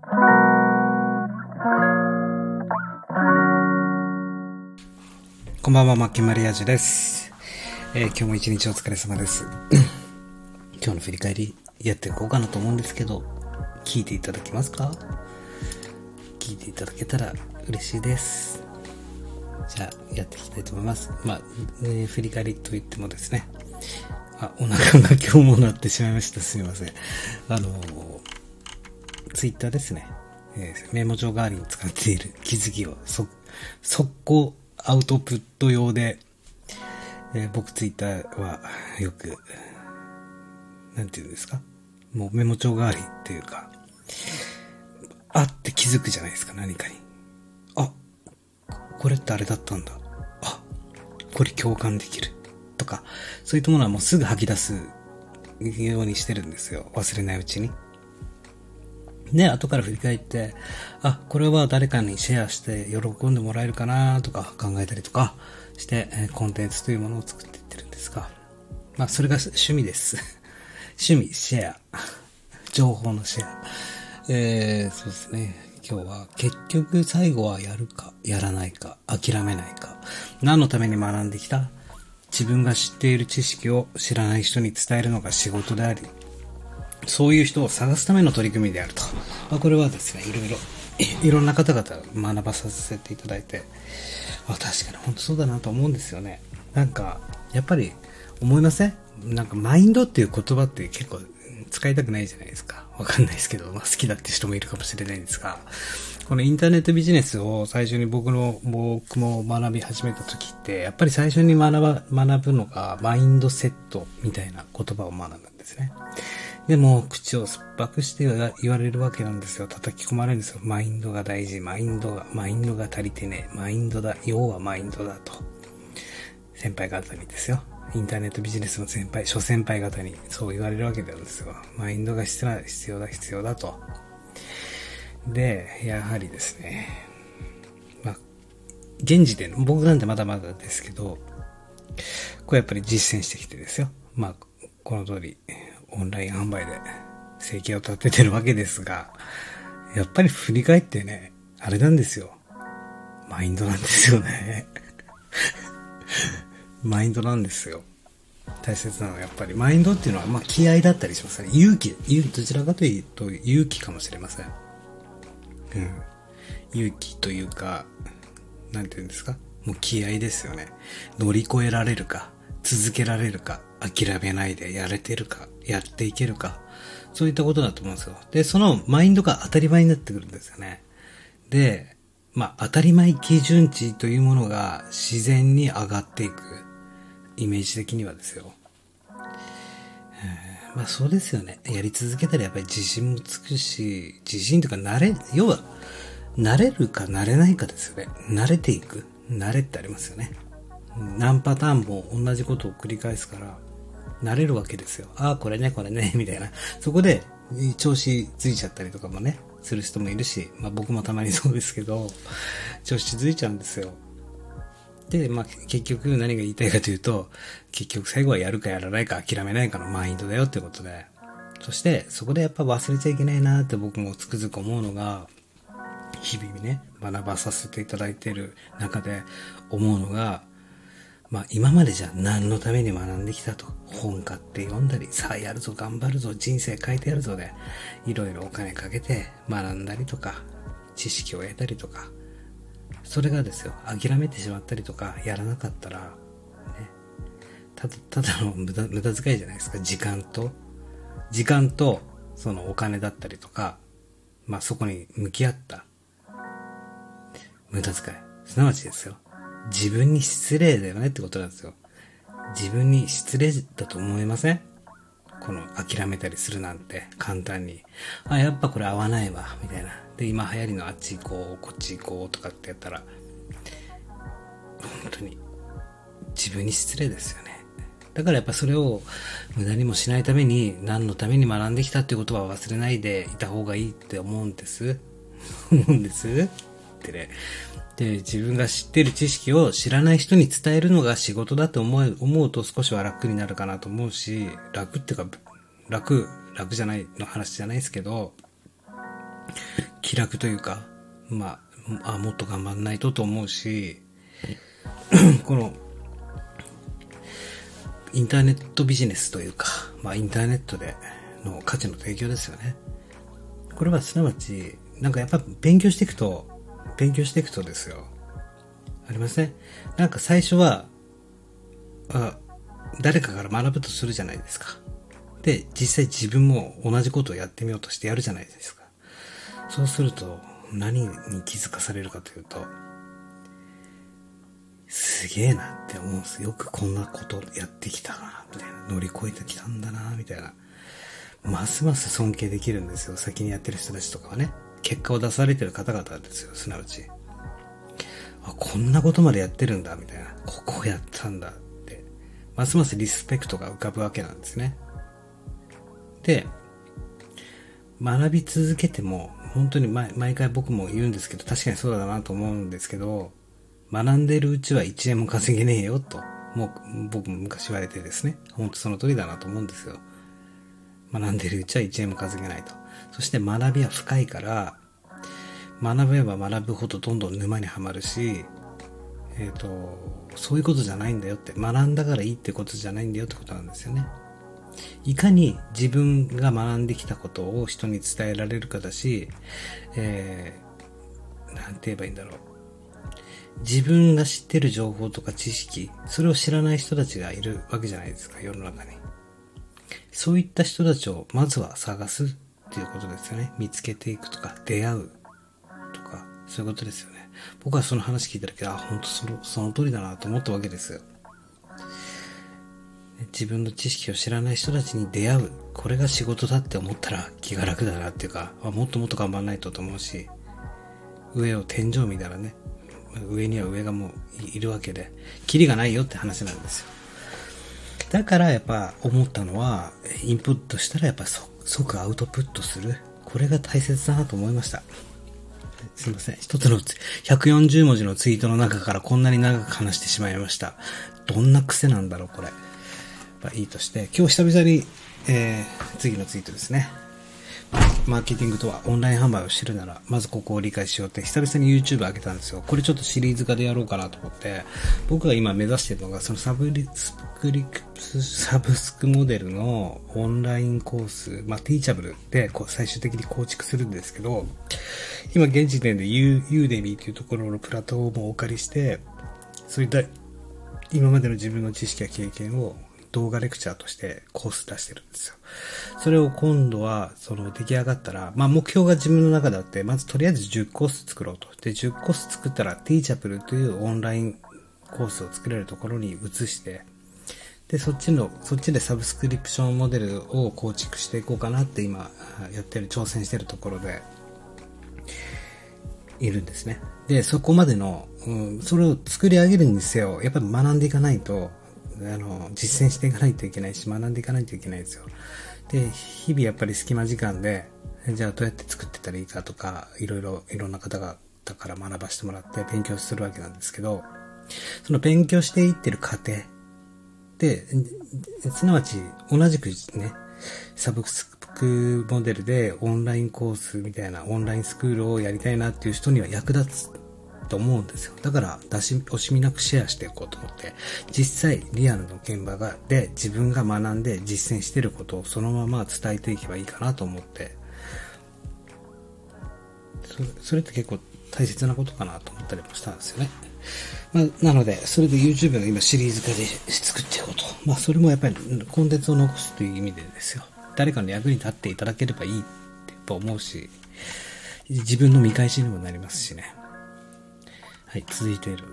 こんばんは、マッキーマリアージュです。今日も一日お疲れ様です。今日の振り返りやっていこうかなと思うんですけど、聞いていただけますか？聞いていただけたら嬉しいです。じゃあやっていきたいと思います。振り返りといってもですね、お腹が今日も鳴ってしまいました。すみません。ツイッターですね、メモ帳代わりに使っている気づきを速攻アウトプット用で、僕ツイッターはよくなんていうんですか、もうメモ帳代わりっていうか、って気づくじゃないですか、何かに。これってあれだったんだ。これ共感できるとか、そういったものはもうすぐ吐き出すようにしてるんですよ、忘れないうちに。で、後から振り返って、これは誰かにシェアして喜んでもらえるかなとか考えたりとかして、コンテンツというものを作っていってるんですが、それが趣味です。趣味、シェア。情報のシェア。そうですね。今日は結局最後はやるか、やらないか、諦めないか。何のために学んできた？自分が知っている知識を知らない人に伝えるのが仕事であり、そういう人を探すための取り組みであると。これはですね、いろんな方々学ばさせていただいて、確かに本当そうだなと思うんですよね。なんか、やっぱり思いません？なんかマインドっていう言葉って結構使いたくないじゃないですか。わかんないですけど、好きだって人もいるかもしれないんですが、このインターネットビジネスを最初に僕も学び始めた時って、やっぱり最初に学ぶのがマインドセットみたいな言葉を学ぶんですね。でも、口を酸っぱくして言われるわけなんですよ。叩き込まれるんですよ。マインドが大事。マインドが足りてねえ。マインドだ。要はマインドだと。先輩方にですよ。インターネットビジネスの諸先輩方にそう言われるわけなんですよ。マインドが必要だと。で、やはりですね。現時点、僕なんてまだまだですけど、これやっぱり実践してきてですよ。この通り、オンライン販売で生計を立ててるわけですが、やっぱり振り返ってね、あれなんですよ。マインドなんですよね。マインドなんですよ。大切なのはやっぱりマインドっていうのは気合だったりしますね。どちらかというと勇気かもしれません。勇気というか、なんていうんですか、もう気合ですよね。乗り越えられるか、続けられるか、諦めないでやれてるか、やっていけるか、そういったことだと思うんですよ。で、そのマインドが当たり前になってくるんですよね。で、当たり前基準値というものが自然に上がっていく。イメージ的にはですよ。そうですよね。やり続けたらやっぱり自信もつくし、自信というか要は、慣れるか慣れないかですよね。慣れていく。慣れってありますよね。何パターンも同じことを繰り返すから、慣れるわけですよ。これね、みたいな。そこで、調子ついちゃったりとかもね、する人もいるし、僕もたまにそうですけど、調子ついちゃうんですよ。で、結局何が言いたいかというと、結局最後はやるかやらないか諦めないかのマインドだよってことで。そして、そこでやっぱ忘れちゃいけないなって僕もつくづく思うのが、日々ね、学ばさせていただいている中で思うのが、今までじゃ何のために学んできたと。本買って読んだり、さあやるぞ、頑張るぞ、人生変えてやるぞで、いろいろお金かけて学んだりとか、知識を得たりとか、それがですよ、諦めてしまったりとか、やらなかったら、ね、ただの無駄遣いじゃないですか。時間と、そのお金だったりとか、そこに向き合った無駄遣い。すなわちですよ、自分に失礼だよねってことなんですよ。自分に失礼だと思いません？この諦めたりするなんて簡単に。やっぱこれ合わないわ、みたいな。で、今流行りのあっち行こう、こっち行こうとかってやったら、本当に自分に失礼ですよね。だからやっぱそれを無駄にもしないために、何のために学んできたっていうことは忘れないでいた方がいいって思うんです。ってね。で、自分が知っている知識を知らない人に伝えるのが仕事だと思うと少しは楽になるかなと思うし、楽っていうか、楽じゃないの話じゃないですけど、 気楽というか、まあ、もっと頑張んないとと思うし、この、インターネットビジネスというか、まあ、インターネットでの価値の提供ですよね。これはすなわち、なんかやっぱ勉強していくとですよ。ありません？なんか最初は、誰かから学ぶとするじゃないですか。で、実際自分も同じことをやってみようとしてやるじゃないですか。そうすると、何に気づかされるかというと、すげえなって思うんです。よくこんなことやってきたな、みたいな。乗り越えてきたんだな、みたいな。ますます尊敬できるんですよ。先にやってる人たちとかはね。結果を出されてる方々ですよ、すなわち。こんなことまでやってるんだ、みたいな。ここをやったんだって。ますますリスペクトが浮かぶわけなんですね。で、学び続けても、本当に毎回僕も言うんですけど、確かにそうだなと思うんですけど、学んでるうちは1円も稼げねえよと、もう僕も昔言われてですね、本当その通りだなと思うんですよ。学んでるうちは1円も稼げないと。そして学びは深いから、学べば学ぶほどどんどん沼にはまるし、そういうことじゃないんだよって、学んだからいいってことじゃないんだよってことなんですよね。いかに自分が学んできたことを人に伝えられるかだし、なんて言えばいいんだろう。自分が知ってる情報とか知識、それを知らない人たちがいるわけじゃないですか、世の中に。そういった人たちをまずは探すっていうことですよね。見つけていくとか、出会うとか、そういうことですよね。僕はその話聞いただけで、本当その通りだなと思ったわけですよ。自分の知識を知らない人たちに出会う。これが仕事だって思ったら気が楽だなっていうか、もっともっと頑張らないとと思うし、上を天井見たらね、上には上がもういるわけで、キリがないよって話なんですよ。だからやっぱ思ったのは、インプットしたらやっぱ即アウトプットする。これが大切だなと思いました。すいません。一つの140文字のツイートの中からこんなに長く話してしまいました。どんな癖なんだろう、これ。いいとして、今日久々に、次のツイートですね。マーケティングとはオンライン販売を知るなら、まずここを理解しようって久々に YouTube 上げたんですよ。これちょっとシリーズ化でやろうかなと思って、僕が今目指しているのが、そのサブスクモデルのオンラインコース、ティーチャブルで最終的に構築するんですけど、今現時点でユーデミーというところのプラットフォームをお借りして、そういった今までの自分の知識や経験を動画レクチャーとしてコース出してるんですよ。それを今度は、出来上がったら、目標が自分の中であって、まずとりあえず10コース作ろうと。で、10コース作ったら、Teachable というオンラインコースを作れるところに移して、で、そっちでサブスクリプションモデルを構築していこうかなって今、挑戦してるところで、いるんですね。で、そこまでの、それを作り上げるにせよ、やっぱり学んでいかないと、実践していかないといけないし、学んでいかないといけないんですよ。で、日々やっぱり隙間時間で、じゃあどうやって作ってたらいいかとか、いろんな方々から学ばせてもらって勉強するわけなんですけど、その勉強していってる過程で、すなわち同じくね、サブスクモデルでオンラインコースみたいなオンラインスクールをやりたいなっていう人には役立つと思うんですよ。だから惜しみなくシェアしていこうと思って、実際リアルの現場で自分が学んで実践していることをそのまま伝えていけばいいかなと思って、それって結構大切なことかなと思ったりもしたんですよね。なので、それで YouTube の今シリーズ化で作っていこうと。それもやっぱりコンテンツを残すという意味でですよ。誰かの役に立っていただければいいってやっぱ思うし、自分の見返しにもなりますしね。はい、続いている、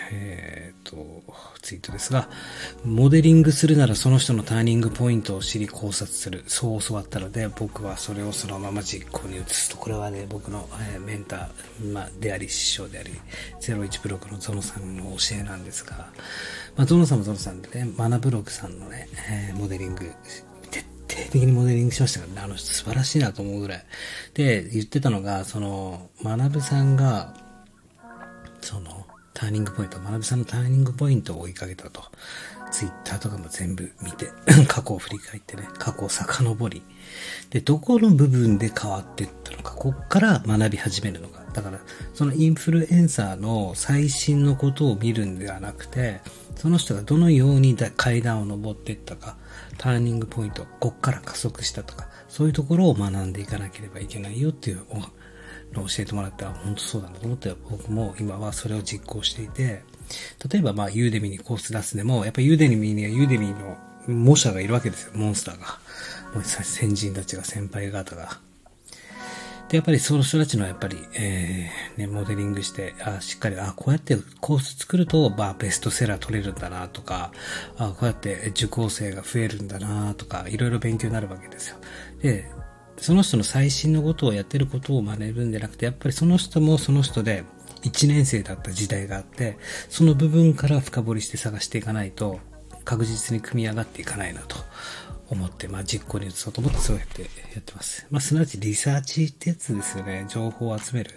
ツイートですが、モデリングするならその人のターニングポイントを知り考察する。そう教わったので、僕はそれをそのまま実行に移すと。これはね、僕の、メンター、であり、師匠であり、01ブログのゾノさんの教えなんですが、ゾノさんもゾノさんでね、マナブログさんのね、モデリング、徹底的にモデリングしましたからね、素晴らしいなと思うぐらい。で、言ってたのが、マナブさんが、ターニングポイント、学さんのターニングポイントを追いかけたと。 ツイッターとかも全部見て、過去を振り返ってね、過去を遡り、で、どこの部分で変わっていったのか、こっから学び始めるのか。だから、そのインフルエンサーの最新のことを見るんではなくて、その人がどのように階段を登っていったか、ターニングポイント、こっから加速したとか、そういうところを学んでいかなければいけないよっていうのを教えてもらって、本当そうだなと思って、僕も今はそれを実行していて、例えばユーデミにコース出すでも、やっぱりユーデミにはユーデミの模写がいるわけですよ、モンスターが。もう先人たちが、先輩方が。で、やっぱりその人たちのやっぱり、モデリングして、しっかり、こうやってコース作ると、ベストセラー取れるんだなとか、こうやって受講生が増えるんだなとか、いろいろ勉強になるわけですよ。で、その人の最新のことをやってることを学ぶんじゃなくて、やっぱりその人もその人で、1年生だった時代があって、その部分から深掘りして探していかないと、確実に組み上がっていかないなと思って、実行に移そうと思ってそうやってやってます。すなわちリサーチってやつですよね。情報を集める。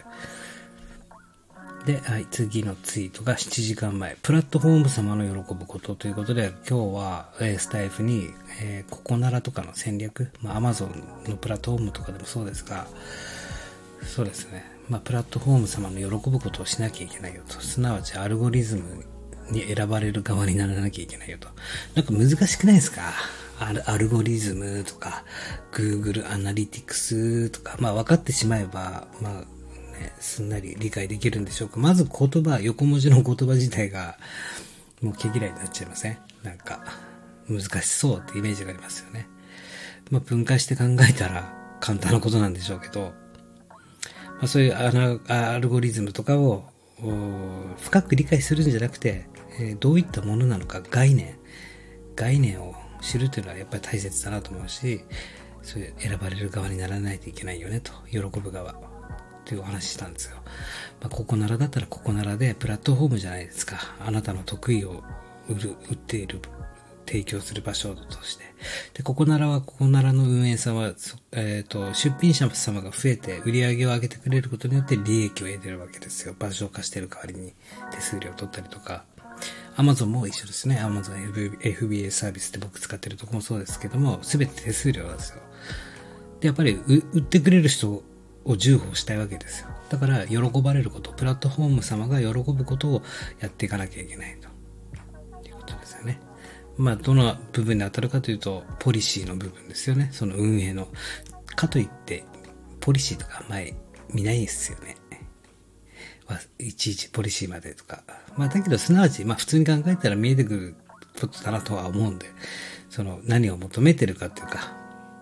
で、次のツイートが7時間前。プラットフォーム様の喜ぶことということで、今日は、スタイフに、ココナラとかの戦略、Amazon のプラットフォームとかでもそうですが、そうですね。プラットフォーム様の喜ぶことをしなきゃいけないよと。すなわちアルゴリズムに選ばれる側にならなきゃいけないよと。なんか難しくないですか？アルゴリズムとか、Google アナリティクスとか、分かってしまえば、すんなり理解できるんでしょうか。まず横文字の言葉自体が、もう毛嫌いになっちゃいません？なんか、難しそうってイメージがありますよね。分解して考えたら簡単なことなんでしょうけど、そういうアルゴリズムとかを深く理解するんじゃなくて、どういったものなのか概念を知るというのはやっぱり大切だなと思うし、そういう選ばれる側にならないといけないよねと、喜ぶ側というお話したんですよ。ここならだったらここならでプラットフォームじゃないですか。あなたの得意を売っている、提供する場所として。で、ここならは、ここならの運営さんは、出品者様が増えて売り上げを上げてくれることによって利益を得てるわけですよ。場所を貸してる代わりに手数料を取ったりとか。Amazon も一緒ですね。Amazon FBA サービスって僕使ってるとこもそうですけども、すべて手数料なんですよ。で、やっぱり売ってくれる人を重宝したいわけですよ。だから、喜ばれること、プラットフォーム様が喜ぶことをやっていかなきゃいけないと。いうことですよね。どの部分に当たるかというと、ポリシーの部分ですよね。その運営の。かといって、ポリシーとか見ないですよね。いちいちポリシーまでとか。だけど、すなわち、普通に考えたら見えてくることだなとは思うんで、何を求めてるかっていうか、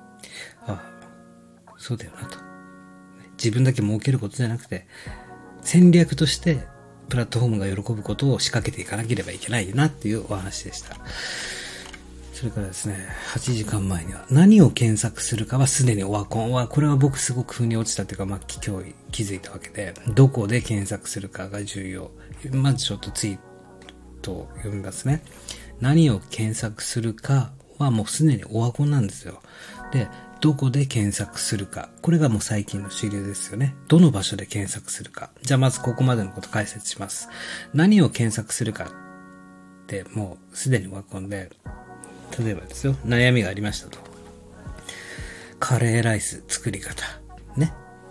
そうだよなと。自分だけ儲けることじゃなくて、戦略として、プラットフォームが喜ぶことを仕掛けていかなければいけないなっていうお話でした。それからですね、8時間前には何を検索するかはすでにオワコンは、これは僕すごく腑に落ちたというか、今日気づいたわけで、どこで検索するかが重要。まずちょっとツイートを読みますね。何を検索するかはもうすでにオワコンなんですよ。で、どこで検索するか。これがもう最近の主流ですよね。どの場所で検索するか。じゃあまずここまでのこと解説します。何を検索するかってもうすでにオワコンで、例えばですよ、悩みがありましたと。カレーライス作り方。ね。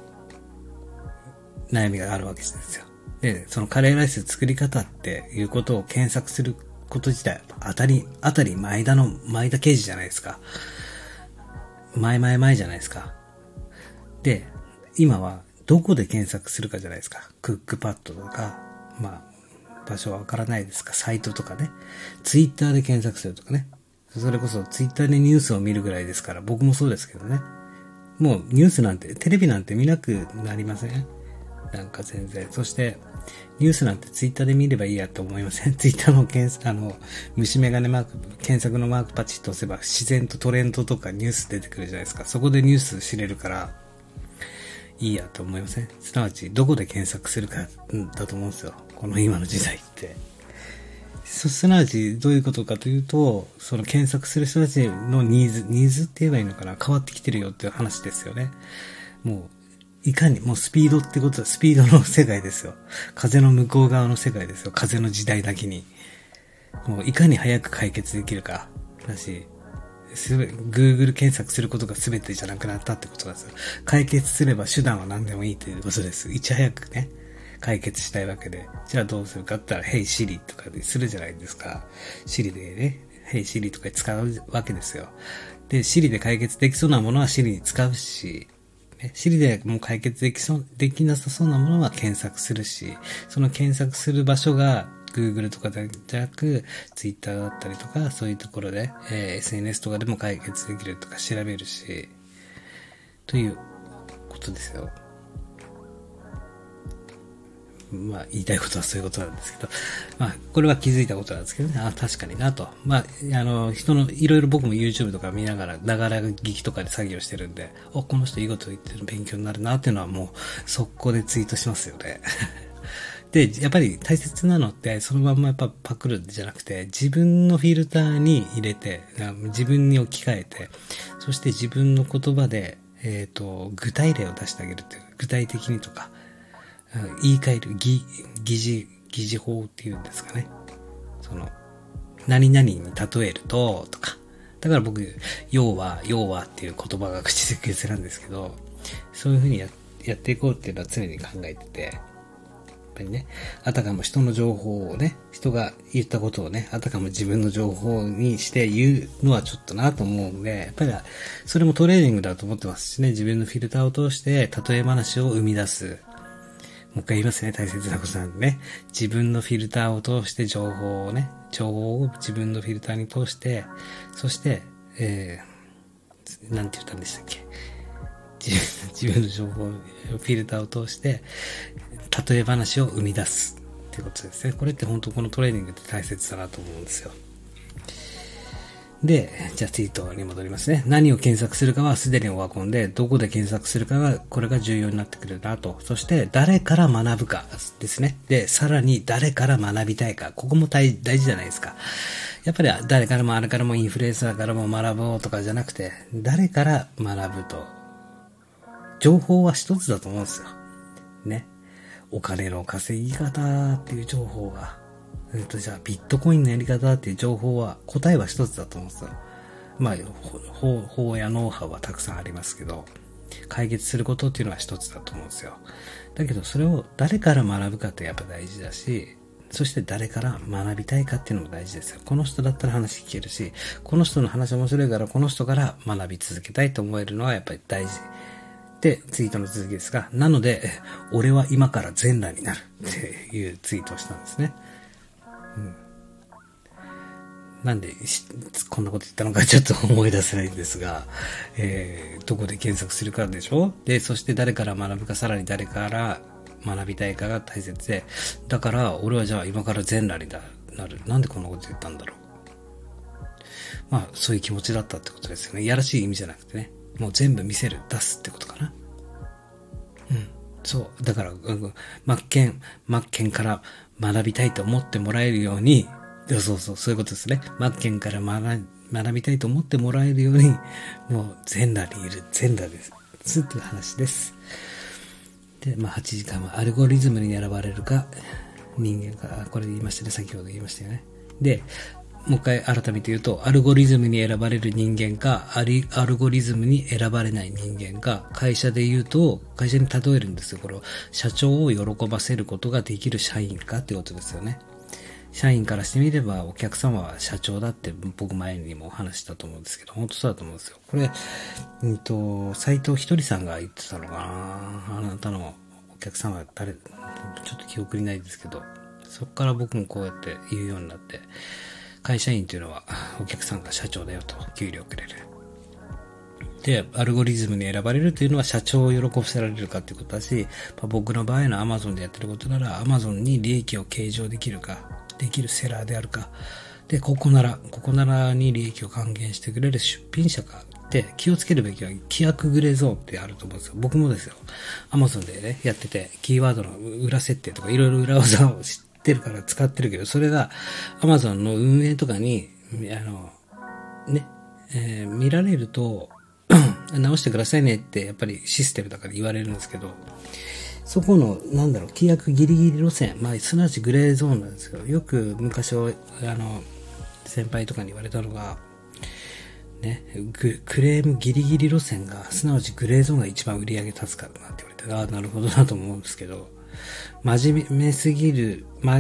悩みがあるわけですよ。で、そのカレーライス作り方っていうことを検索すること自体、当たり前田刑事じゃないですか。前じゃないですか。で、今はどこで検索するかじゃないですか。クックパッドとか、場所はわからないですか。サイトとかね。ツイッターで検索するとかね。それこそツイッターでニュースを見るぐらいですから、僕もそうですけどね。もうニュースなんて、テレビなんて見なくなりません？なんか全然。そして、ニュースなんてツイッターで見ればいいやと思いません？ツイッターの虫眼鏡マーク、検索のマークパチッと押せば自然とトレンドとかニュース出てくるじゃないですか。そこでニュース知れるから、いいやと思いません？すなわち、どこで検索するかだと思うんですよ。この今の時代って。すなわち、どういうことかというと、その検索する人たちのニーズって言えばいいのかな、変わってきてるよっていう話ですよね。もう、いかに、もうスピードってことはスピードの世界ですよ。風の向こう側の世界ですよ。風の時代だけに。 もういかに早く解決できるかだし、Google 検索することが全てじゃなくなったってことなんですよ。解決すれば手段は何でもいいということです。いち早くね、解決したいわけで。じゃあどうするかって言ったら、Hey Siri とかでするじゃないですか。Siri でね、Hey Siri とか使うわけですよ。で、Siri で解決できそうなものは Siri に使うし、ね、Siri でもう解決できなさそうなものは検索するし、その検索する場所がGoogle とかじゃなく、Twitter だったりとか、そういうところで、SNS とかでも解決できるとか調べるし、ということですよ。まあ、言いたいことはそういうことなんですけど、まあ、これは気づいたことなんですけどね、確かになと。まあ、人の、いろいろ僕も YouTube とか見ながら、ながら聞きとかで作業してるんで、この人いいこと言ってる勉強になるなっていうのはもう、速攻でツイートしますよね。で、やっぱり大切なのって、そのまんまやっぱパクるんじゃなくて、自分のフィルターに入れて、自分に置き換えて、そして自分の言葉で、具体例を出してあげるっていう、具体的にとか、言い換える、疑似法っていうんですかね。何々に例えると、とか。だから僕、要はっていう言葉が口癖なんですけど、そういうふうにやっていこうっていうのは常に考えてて、やっぱりね、あたかも人の情報をね、人が言ったことをね、あたかも自分の情報にして言うのはちょっとなと思うんで、やっぱりそれもトレーニングだと思ってますしね、自分のフィルターを通して例え話を生み出す。もう一回言いますね、大切なことなんでね。自分のフィルターを通して情報を自分のフィルターに通して、そして、なんて言ったんでしたっけ。自分の情報、フィルターを通して、例え話を生み出すっていうことですね。これって本当このトレーニングって大切だなと思うんですよ。で、じゃあツイートに戻りますね。何を検索するかはすでにオワコンで、どこで検索するかが、これが重要になってくるなと。そして、誰から学ぶかですね。で、さらに誰から学びたいか。ここも大事じゃないですか。やっぱり誰からもあれからもインフルエンサーからも学ぼうとかじゃなくて、誰から学ぶと。情報は一つだと思うんですよ。ね。お金の稼ぎ方っていう情報が。じゃあ、ビットコインのやり方っていう情報は、答えは一つだと思うんですよ。まあ、法やノウハウはたくさんありますけど、解決することっていうのは一つだと思うんですよ。だけど、それを誰から学ぶかってやっぱ大事だし、そして誰から学びたいかっていうのも大事ですよ。この人だったら話聞けるし、この人の話面白いからこの人から学び続けたいと思えるのはやっぱり大事。で、ツイートの続きですが、なので、俺は今から全裸になるっていうツイートをしたんですね。なんで、こんなこと言ったのかちょっと思い出せないんですが、どこで検索するかでしょ？で、そして誰から学ぶか、さらに誰から学びたいかが大切で、だから俺はじゃあ今から全裸になる。なんでこんなこと言ったんだろう。まあ、そういう気持ちだったってことですよね。いやらしい意味じゃなくてね。もう全部見せる、出すってことかな。そう。だから、マッケンから学びたいと思ってもらえるように、そういうことですね。マッケンから学びたいと思ってもらえるように、もう全裸にいる、全裸です。という話です。で、8時間はアルゴリズムに選ばれるか、人間か、これ言いましたね、先ほど言いましたよね。で、もう一回改めて言うと、アルゴリズムに選ばれる人間か、アルゴリズムに選ばれない人間か、会社で言うと、会社に例えるんですよ。これ社長を喜ばせることができる社員かってことですよね。社員からしてみれば、お客様は社長だって僕前にも話したと思うんですけど、本当そうだと思うんですよ。これ、斉藤ひとりさんが言ってたのかな。あなたのお客様は誰、ちょっと記憶にないですけど、そこから僕もこうやって言うようになって、会社員っていうのはお客さんが社長だよと給料くれる。で、アルゴリズムに選ばれるというのは社長を喜ばせられるかっていうことだし、僕の場合の Amazon でやってることなら Amazon に利益を計上できるか、できるセラーであるか。で、ここならに利益を還元してくれる出品者かって気をつけるべきは規約グレーゾーンってあると思うんですよ。僕もですよ。Amazon でね、やってて、キーワードの裏設定とかいろいろ裏技を知ってるから使ってるけど、それが Amazon の運営とかに、見られると、直してくださいねってやっぱりシステムだから言われるんですけど、そこの、規約ギリギリ路線、すなわちグレーゾーンなんですよ。よく昔は、 先輩とかに言われたのが、ね、クレームギリギリ路線が、すなわちグレーゾーンが一番売り上げ立つからなって言われて、ああ、なるほどなと思うんですけど、真面目すぎず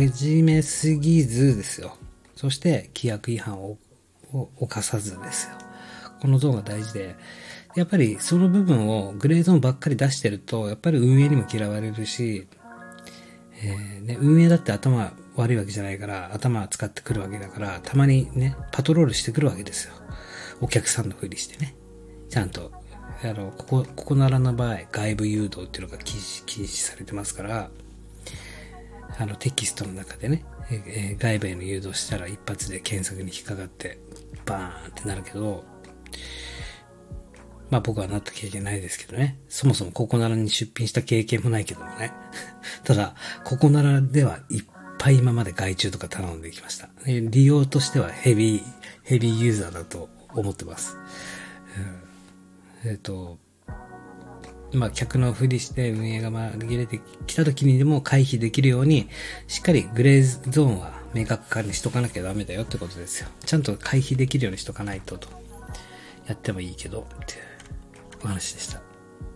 ですよ。そして規約違反を犯さずですよ。このゾーンが大事で、やっぱりその部分をグレーゾーンばっかり出してると、やっぱり運営にも嫌われるし、運営だって頭悪いわけじゃないから、頭使ってくるわけだから、たまにね、パトロールしてくるわけですよ。お客さんのふりしてね。ちゃんと、ここならの場合、外部誘導っていうのが禁止されてますから、テキストの中でね、外部への誘導したら一発で検索に引っかかって、バーンってなるけど、まあ僕はなった経験ないですけどね。そもそもココナラに出品した経験もないけどもね。ただ、ココナラではいっぱい今まで外注とか頼んできました。利用としてはヘビーユーザーだと思ってます。まあ客のふりして運営が紛れてきた時にでも回避できるように、しっかりグレーゾーンは明確化にしとかなきゃダメだよってことですよ。ちゃんと回避できるようにしとかないとやってもいいけどっていうお話でした。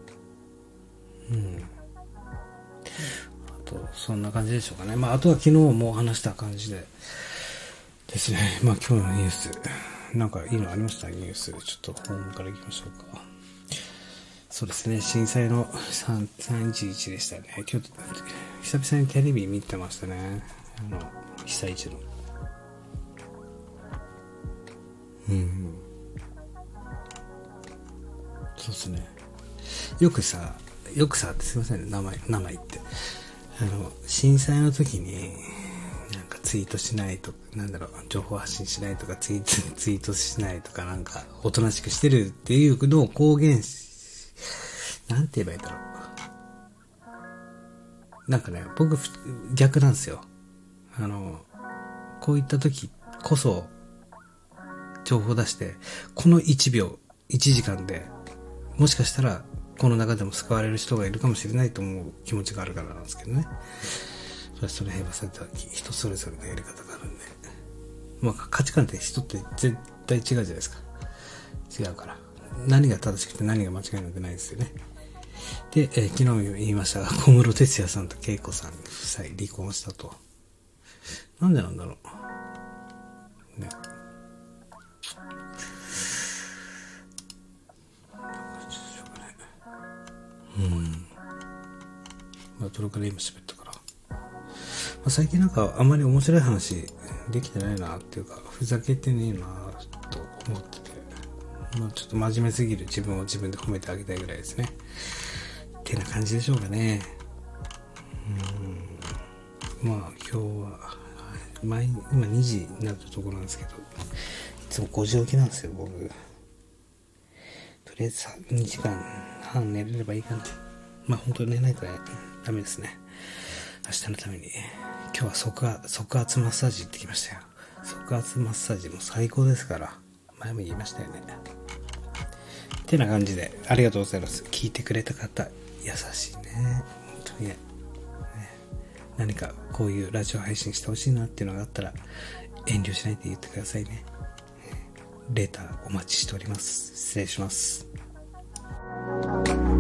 あとそんな感じでしょうかね。まああとは昨日も話した感じでですね。まあ今日のニュースなんかいいのありました？ニュースちょっと本から行きましょうか。そうですね、震災の311でしたね。今日久々にテレビ見てましたね。被災地の。そうですね。よくさってすいませんね、名前言って。震災の時に、なんかツイートしないと、情報発信しないとか、ツイートしないとか、なんか、おとなしくしてるっていうのを公言なんて言えばいいんだろう。なんかね、僕、逆なんですよ。こういった時こそ、情報出して、この1秒、1時間で、もしかしたら、この中でも救われる人がいるかもしれないと思う気持ちがあるからなんですけどね。それ平和された人それぞれのやり方があるんで。まあ価値観って人って絶対違うじゃないですか。違うから。何が正しくて何が間違いなんてないですよね。で、昨日も言いましたが、小室哲哉さんと恵子さん夫妻離婚したと。なんでなんだろう。ね。まあ、どれから今喋ったから。まあ、最近なんかあんまり面白い話できてないなっていうか、ふざけてねえなと思ってて、まあちょっと真面目すぎる自分を自分で褒めてあげたいぐらいですね。ってな感じでしょうかね。まあ今日は、今2時になったところなんですけど、いつも5時起きなんですよ、僕。とりあえず2時間半寝れればいいかなって。まあ本当に寝ないとダメですね。明日のために。今日は即圧マッサージ行ってきましたよ。即圧マッサージも最高ですから。前も言いましたよね。ってな感じで、ありがとうございます。聞いてくれた方、優しいね。本当にね。何かこういうラジオ配信してほしいなっていうのがあったら、遠慮しないで言ってくださいね。レターお待ちしております。失礼します。